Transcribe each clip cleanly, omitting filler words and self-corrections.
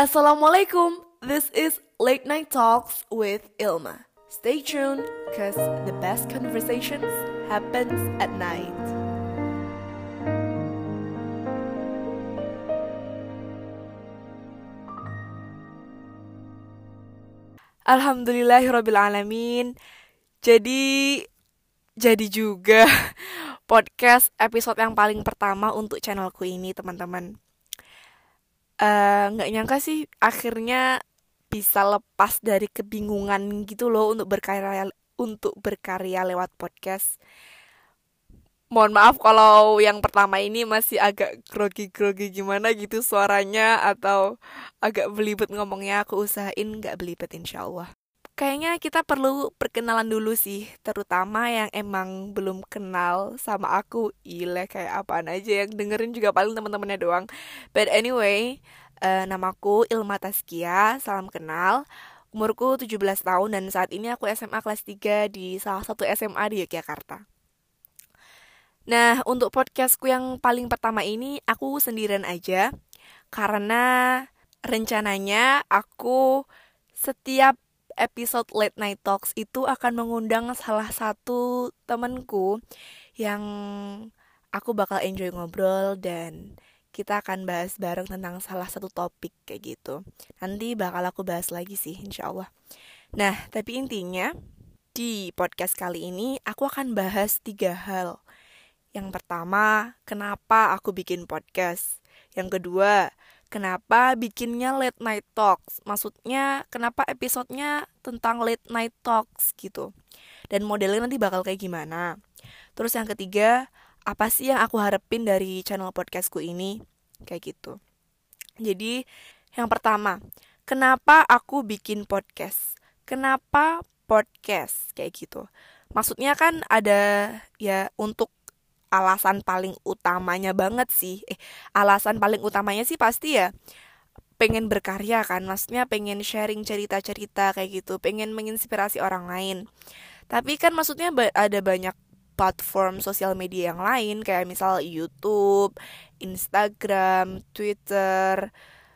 Assalamualaikum, this is Late Night Talks with Ilma. Stay tuned, cause the best conversations happens at night. Alhamdulillahirrabbilalamin. Jadi juga podcast episode yang paling pertama untuk channelku ini, teman-teman. Nggak nyangka sih akhirnya bisa lepas dari kebingungan gitu loh untuk berkarya lewat podcast. Mohon maaf kalau yang pertama ini masih agak grogi-grogi gimana gitu suaranya atau agak belibet ngomongnya. Aku usahain nggak belibet insyaallah. Kayaknya kita perlu perkenalan dulu sih, terutama yang emang belum kenal sama aku. Ile kayak apaan aja, yang dengerin juga paling teman-temannya doang. But anyway, namaku Ilma Taskia, salam kenal. Umurku 17 tahun dan saat ini aku SMA kelas 3 di salah satu SMA di Yogyakarta. Nah, untuk podcastku yang paling pertama ini aku sendirian aja, karena rencananya aku setiap episode Late Night Talks itu akan mengundang salah satu temanku yang aku bakal enjoy ngobrol dan kita akan bahas bareng tentang salah satu topik kayak gitu. Nanti bakal aku bahas lagi sih insyaallah. Nah, tapi intinya di podcast kali ini aku akan bahas 3 hal. Yang pertama, kenapa aku bikin podcast. Yang kedua, kenapa bikinnya Late Night Talks. Maksudnya, kenapa episodenya tentang Late Night Talks gitu. Dan modelnya nanti bakal kayak gimana. Terus yang ketiga, apa sih yang aku harapin dari channel podcastku ini. Kayak gitu. Jadi, yang pertama, kenapa aku bikin podcast. Kenapa podcast kayak gitu. Maksudnya kan ada ya untuk alasan paling utamanya banget sih. Alasan paling utamanya sih pasti ya pengen berkarya kan. Maksudnya pengen sharing cerita-cerita kayak gitu, pengen menginspirasi orang lain. Tapi kan maksudnya ada banyak platform sosial media yang lain, kayak misal YouTube, Instagram, Twitter,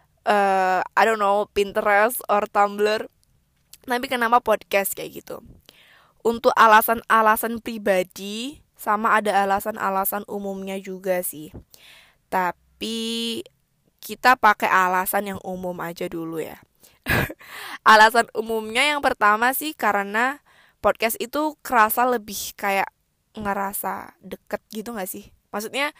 I don't know, Pinterest or Tumblr. Tapi kenapa podcast kayak gitu? Untuk alasan-alasan pribadi sama ada alasan-alasan umumnya juga sih. Tapi kita pakai alasan yang umum aja dulu ya. Alasan umumnya yang pertama sih karena podcast itu kerasa lebih kayak ngerasa deket gitu gak sih? Maksudnya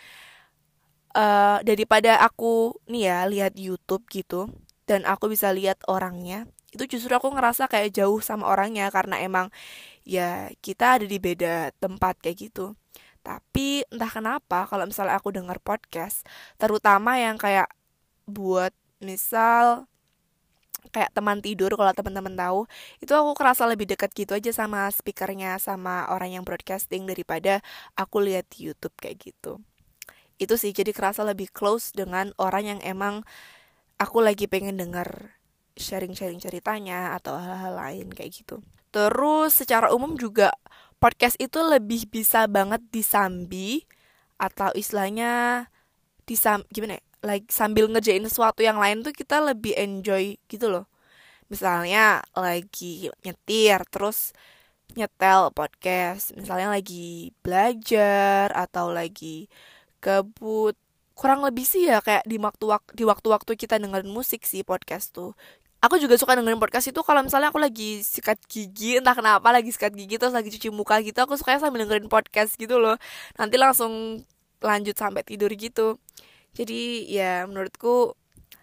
daripada aku nih ya lihat YouTube gitu dan aku bisa lihat orangnya, itu justru aku ngerasa kayak jauh sama orangnya karena emang ya kita ada di beda tempat kayak gitu. Tapi entah kenapa kalau misalnya aku dengar podcast, terutama yang kayak buat misal kayak teman tidur, kalau teman-teman tahu, itu aku kerasa lebih dekat gitu aja sama speakernya, sama orang yang broadcasting daripada aku lihat di YouTube kayak gitu. Itu sih, jadi kerasa lebih close dengan orang yang emang aku lagi pengen denger sharing-sharing ceritanya atau hal-hal lain kayak gitu. Terus secara umum juga podcast itu lebih bisa banget disambi atau istilahnya gimana ya? Like sambil ngerjain sesuatu yang lain tuh kita lebih enjoy gitu loh. Misalnya lagi nyetir terus nyetel podcast, misalnya lagi belajar atau lagi gabut. Kurang lebih sih ya kayak di waktu-waktu kita dengerin musik sih podcast tuh. Aku juga suka dengerin podcast itu kalau misalnya aku lagi sikat gigi, entah kenapa lagi sikat gigi terus lagi cuci muka gitu, aku sukanya sambil dengerin podcast gitu loh. Nanti langsung lanjut sampai tidur gitu. Jadi ya menurutku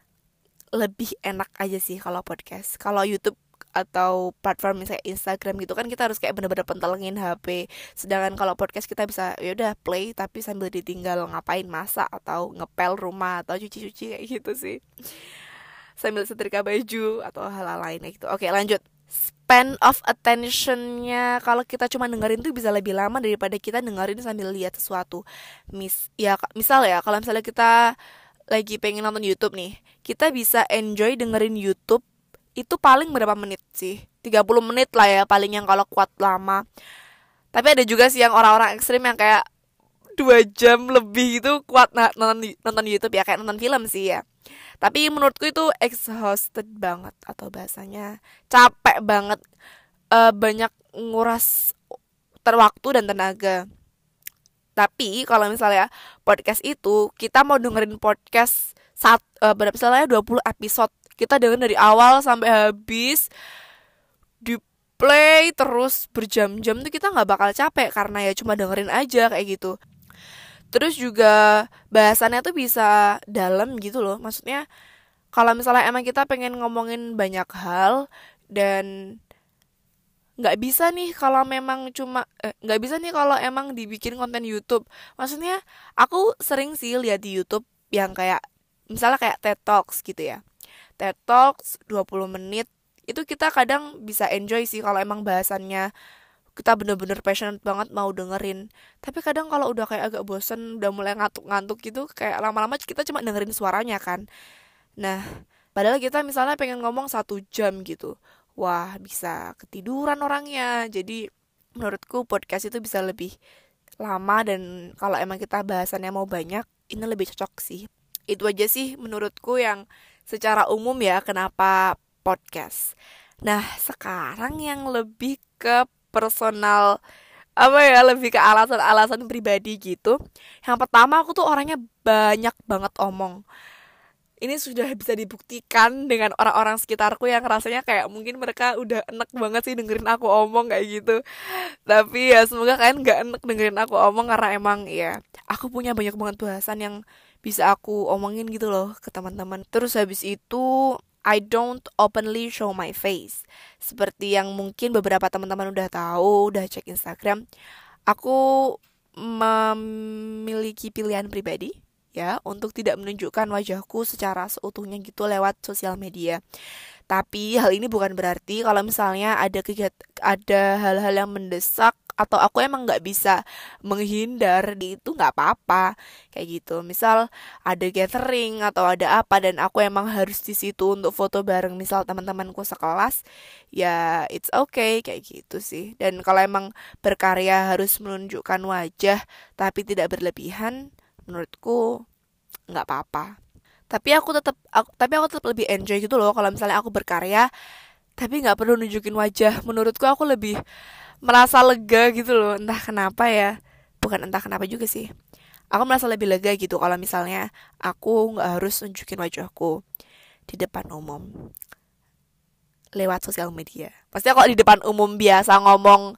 lebih enak aja sih kalau podcast. Kalau YouTube atau platform misalnya Instagram gitu kan kita harus kayak bener-bener pentelengin HP. Sedangkan kalau podcast kita bisa ya udah play tapi sambil ditinggal ngapain, masak atau ngepel rumah atau cuci-cuci kayak gitu sih. Sambil setrika baju atau hal-hal lain gitu. Oke, lanjut. Span of attention-nya kalau kita cuma dengerin tuh bisa lebih lama daripada kita dengerin sambil lihat sesuatu. Misal ya, kalau misalnya kita lagi pengen nonton YouTube nih, kita bisa enjoy dengerin YouTube itu paling berapa menit sih? 30 menit lah ya paling yang kalau kuat lama. Tapi ada juga sih yang orang-orang ekstrim yang kayak 2 jam lebih itu kuat nonton YouTube ya, kayak nonton film sih ya. Tapi menurutku itu exhausted banget, atau bahasanya capek banget, banyak nguras waktu dan tenaga. Tapi kalau misalnya podcast itu kita mau dengerin podcast berapa misalnya 20 episode, kita dengerin dari awal sampai habis, di play terus berjam-jam tuh kita nggak bakal capek karena ya cuma dengerin aja kayak gitu. Terus juga bahasannya tuh bisa dalam gitu loh. Maksudnya kalau misalnya emang kita pengen ngomongin banyak hal, dan nggak bisa nih kalau memang cuma nggak bisa nih kalau emang dibikin konten YouTube. Maksudnya aku sering sih lihat di YouTube yang kayak misalnya kayak TED Talks gitu ya. TED Talks 20 menit itu kita kadang bisa enjoy sih kalau emang bahasannya kita bener-bener passionate banget mau dengerin. Tapi kadang kalau udah kayak agak bosen, udah mulai ngantuk-ngantuk gitu, kayak lama-lama kita cuma dengerin suaranya kan. Nah, padahal kita misalnya pengen ngomong 1 jam gitu. Wah, bisa ketiduran orangnya. Jadi menurutku podcast itu bisa lebih lama, dan kalau emang kita bahasannya mau banyak, ini lebih cocok sih. Itu aja sih menurutku yang secara umum ya kenapa podcast. Nah, sekarang yang lebih ke personal, apa ya, lebih ke alasan-alasan pribadi gitu. Yang pertama, aku tuh orangnya banyak banget omong. Ini sudah bisa dibuktikan dengan orang-orang sekitarku yang rasanya kayak mungkin mereka udah enek banget sih dengerin aku omong kayak gitu. Tapi ya semoga kalian gak enek dengerin aku omong, karena emang ya aku punya banyak banget bahasan yang bisa aku omongin gitu loh ke teman-teman. Terus habis itu I don't openly show my face. Seperti yang mungkin beberapa teman-teman udah tahu, udah cek Instagram, aku memiliki pilihan pribadi ya untuk tidak menunjukkan wajahku secara seutuhnya gitu lewat sosial media. Tapi hal ini bukan berarti kalau misalnya ada hal-hal yang mendesak atau aku emang nggak bisa menghindar itu nggak apa-apa kayak gitu. Misal ada gathering atau ada apa dan aku emang harus di situ untuk foto bareng misal teman-temanku sekelas, ya it's okay kayak gitu sih. Dan kalau emang berkarya harus menunjukkan wajah tapi tidak berlebihan, menurutku nggak apa-apa. Tapi aku tetap lebih enjoy gitu loh kalau misalnya aku berkarya tapi nggak perlu nunjukin wajah. Menurutku aku lebih merasa lega gitu loh, entah kenapa ya. Bukan entah kenapa juga sih, aku merasa lebih lega gitu kalau misalnya aku nggak harus nunjukin wajahku di depan umum lewat sosial media. Maksudnya kalau di depan umum biasa ngomong,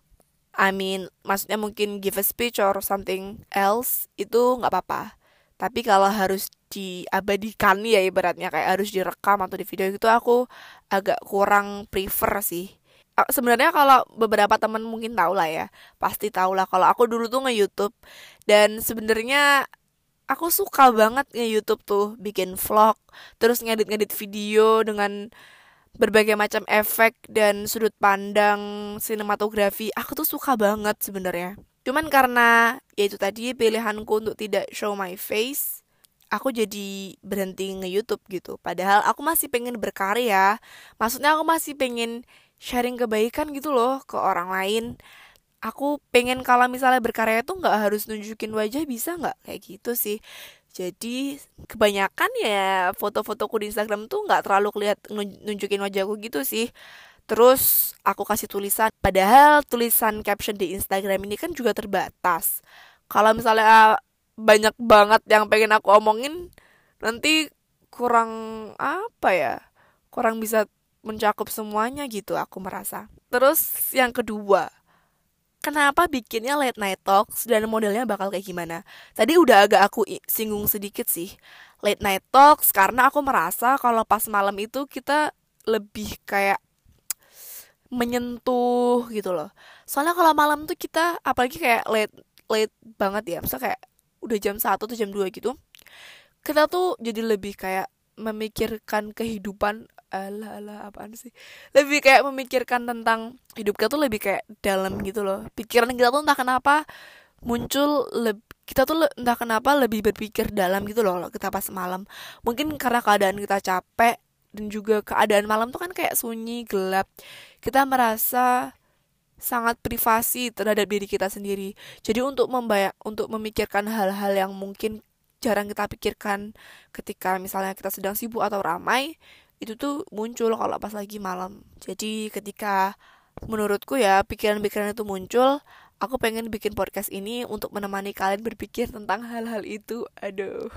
maksudnya mungkin give a speech or something else, itu nggak apa-apa. Tapi kalau harus diabadikan ya, ibaratnya kayak harus direkam atau di video gitu, aku agak kurang prefer sih. Sebenarnya kalau beberapa teman mungkin tahu lah ya, pasti tahu lah kalau aku dulu tuh nge-YouTube, dan sebenarnya aku suka banget nge-YouTube tuh bikin vlog, terus ngedit-ngedit video dengan berbagai macam efek dan sudut pandang sinematografi. Aku tuh suka banget sebenarnya. Cuman karena ya itu tadi pilihanku untuk tidak show my face, aku jadi berhenti nge-YouTube gitu. Padahal aku masih pengen berkarya. Maksudnya aku masih pengen sharing kebaikan gitu loh ke orang lain. Aku pengen kalau misalnya berkarya tuh nggak harus nunjukin wajah, bisa nggak kayak gitu sih. Jadi kebanyakan ya foto-fotoku di Instagram tuh nggak terlalu nunjukin wajahku gitu sih. Terus aku kasih tulisan, padahal tulisan caption di Instagram ini kan juga terbatas. Kalau misalnya banyak banget yang pengen aku omongin, nanti kurang apa ya, kurang bisa mencakup semuanya gitu aku merasa. Terus yang kedua, kenapa bikinnya late night talks dan modelnya bakal kayak gimana? Tadi udah agak aku singgung sedikit sih. Late night talks karena aku merasa kalau pas malam itu kita lebih kayak menyentuh gitu loh. Soalnya kalau malam tuh kita apalagi kayak late late banget ya, misalnya kayak udah jam 1 atau jam 2 gitu, kita tuh jadi lebih kayak memikirkan kehidupan. Alah apaan sih, lebih kayak memikirkan tentang hidup kita tuh lebih kayak dalam gitu loh. Pikiran kita tuh entah kenapa muncul, kita tuh entah kenapa lebih berpikir dalam gitu loh kita pas malam. Mungkin karena keadaan kita capek, dan juga keadaan malam tuh kan kayak sunyi, gelap. Kita merasa sangat privasi terhadap diri kita sendiri. Jadi untuk memikirkan hal-hal yang mungkin jarang kita pikirkan ketika misalnya kita sedang sibuk atau ramai. Itu tuh muncul kalau pas lagi malam. Jadi ketika menurutku ya pikiran-pikiran itu muncul, aku pengen bikin podcast ini untuk menemani kalian berpikir tentang hal-hal itu. Aduh.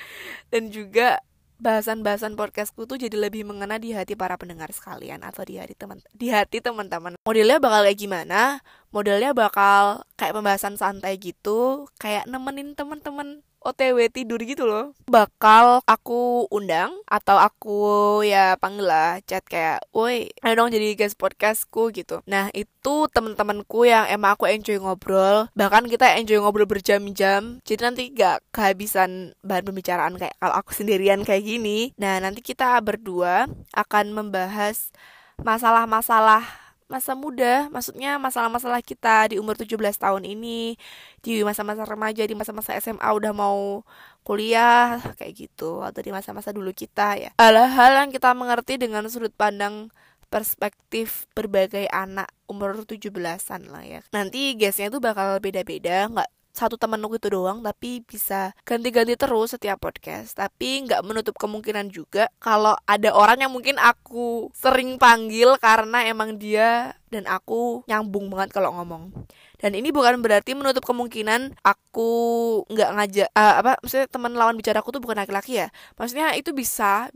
Dan juga bahasan-bahasan podcastku tuh jadi lebih mengena di hati para pendengar sekalian atau di hati teman-teman. Modelnya bakal kayak gimana? Modelnya bakal kayak pembahasan santai gitu, kayak nemenin teman-teman OTW tidur gitu loh. Bakal aku undang atau aku ya panggil lah chat kayak, "Woi, ayo dong jadi guest podcastku" gitu. Nah, itu teman-temanku yang emang aku enjoy ngobrol. Bahkan kita enjoy ngobrol berjam-jam. Jadi nanti gak kehabisan bahan pembicaraan kayak kalau aku sendirian kayak gini. Nah, nanti kita berdua akan membahas masalah-masalah masa muda, maksudnya masalah-masalah kita di umur 17 tahun ini, di masa-masa remaja, di masa-masa SMA udah mau kuliah, kayak gitu, atau di masa-masa dulu kita ya. Hal-hal yang kita mengerti dengan sudut pandang perspektif berbagai anak umur 17-an lah ya. Nanti guestnya tuh bakal beda-beda, nggak satu temenku itu doang, tapi bisa ganti-ganti terus setiap podcast. Tapi nggak menutup kemungkinan juga kalau ada orang yang mungkin aku sering panggil karena emang dia dan aku nyambung banget kalau ngomong. Dan ini bukan berarti menutup kemungkinan aku nggak ngajak maksudnya teman lawan bicara aku tuh bukan laki-laki ya. Maksudnya itu bisa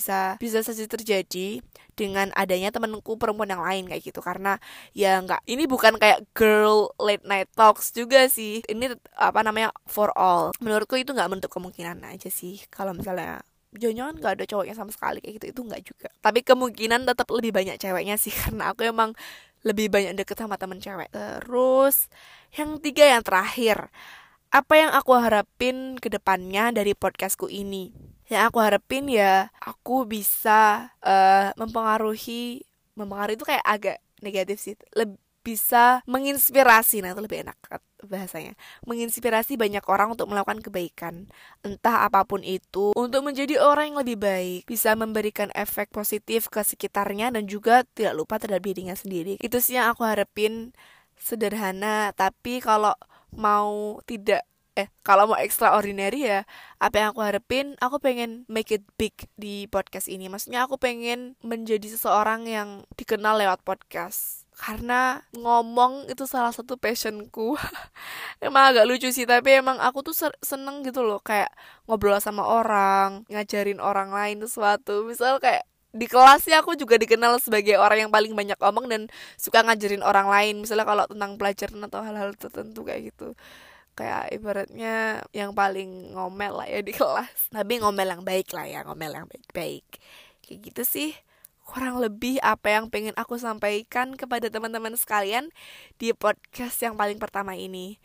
saja terjadi dengan adanya temanku perempuan yang lain kayak gitu. Karena ya nggak, ini bukan kayak girl late night talks juga sih. Ini for all. Menurutku itu nggak menutup kemungkinan aja sih kalau misalnya jangan-jangan gak ada cowoknya sama sekali kayak gitu, itu nggak juga. Tapi kemungkinan tetap lebih banyak ceweknya sih karena aku emang lebih banyak deket sama temen cewek. Terus yang yang terakhir, apa yang aku harapin ke depannya dari podcastku ini? Yang aku harapin ya aku bisa mempengaruhi itu kayak agak negatif sih, bisa menginspirasi, nah itu lebih enak bahasanya, menginspirasi banyak orang untuk melakukan kebaikan, entah apapun itu, untuk menjadi orang yang lebih baik, bisa memberikan efek positif ke sekitarnya dan juga tidak lupa terhadap dirinya sendiri. Itu sih yang aku harapin, sederhana, tapi kalau mau extraordinary ya, apa yang aku harapin, aku pengen make it big di podcast ini. Maksudnya aku pengen menjadi seseorang yang dikenal lewat podcast. Karena ngomong itu salah satu passionku. Emang agak lucu sih, tapi emang aku tuh seneng gitu loh, kayak ngobrol sama orang, ngajarin orang lain sesuatu. Misal kayak di kelas sih aku juga dikenal sebagai orang yang paling banyak ngomong dan suka ngajarin orang lain. Misalnya kalau tentang pelajaran atau hal-hal tertentu kayak gitu. Kayak ibaratnya yang paling ngomel lah ya di kelas. Tapi ngomel yang baik lah ya, ngomel yang baik-baik. Kayak gitu sih kurang lebih apa yang pengen aku sampaikan kepada teman-teman sekalian di podcast yang paling pertama ini.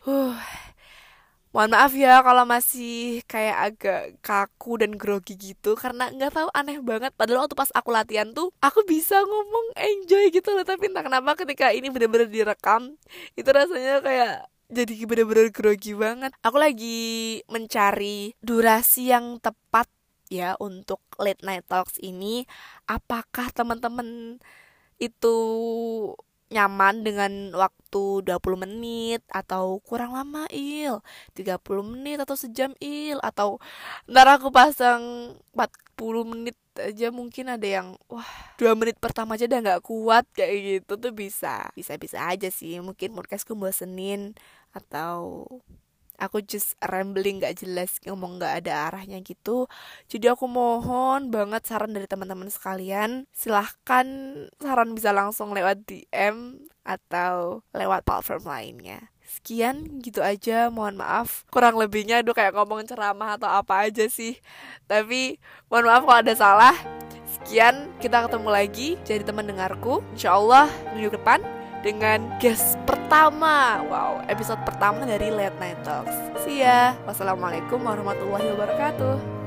Mohon maaf ya kalau masih kayak agak kaku dan grogi gitu, karena nggak tahu, aneh banget. Padahal waktu pas aku latihan tuh aku bisa ngomong enjoy gitu loh, tapi entah kenapa ketika ini bener-bener direkam itu rasanya kayak jadi bener-bener grogi banget. Aku lagi mencari durasi yang tepat ya untuk late night talks ini. Apakah teman-teman itu nyaman dengan waktu 20 menit atau kurang lama 30 menit atau sejam atau ntar aku pasang 40 menit aja, mungkin ada yang 2 menit pertama aja udah gak kuat kayak gitu tuh bisa aja sih. Mungkin podcastku bosenin atau aku just rambling gak jelas, ngomong gak ada arahnya gitu. Jadi aku mohon banget saran dari teman-teman sekalian. Silahkan saran bisa langsung lewat DM atau lewat platform lainnya. Sekian gitu aja, mohon maaf kurang lebihnya kayak ngomong ceramah atau apa aja sih. Tapi mohon maaf kalau ada salah. Sekian, kita ketemu lagi jadi teman dengarku insyaallah minggu depan dengan guest pertama. Wow, episode pertama dari Late Night Talks. See ya. Wassalamualaikum warahmatullahi wabarakatuh.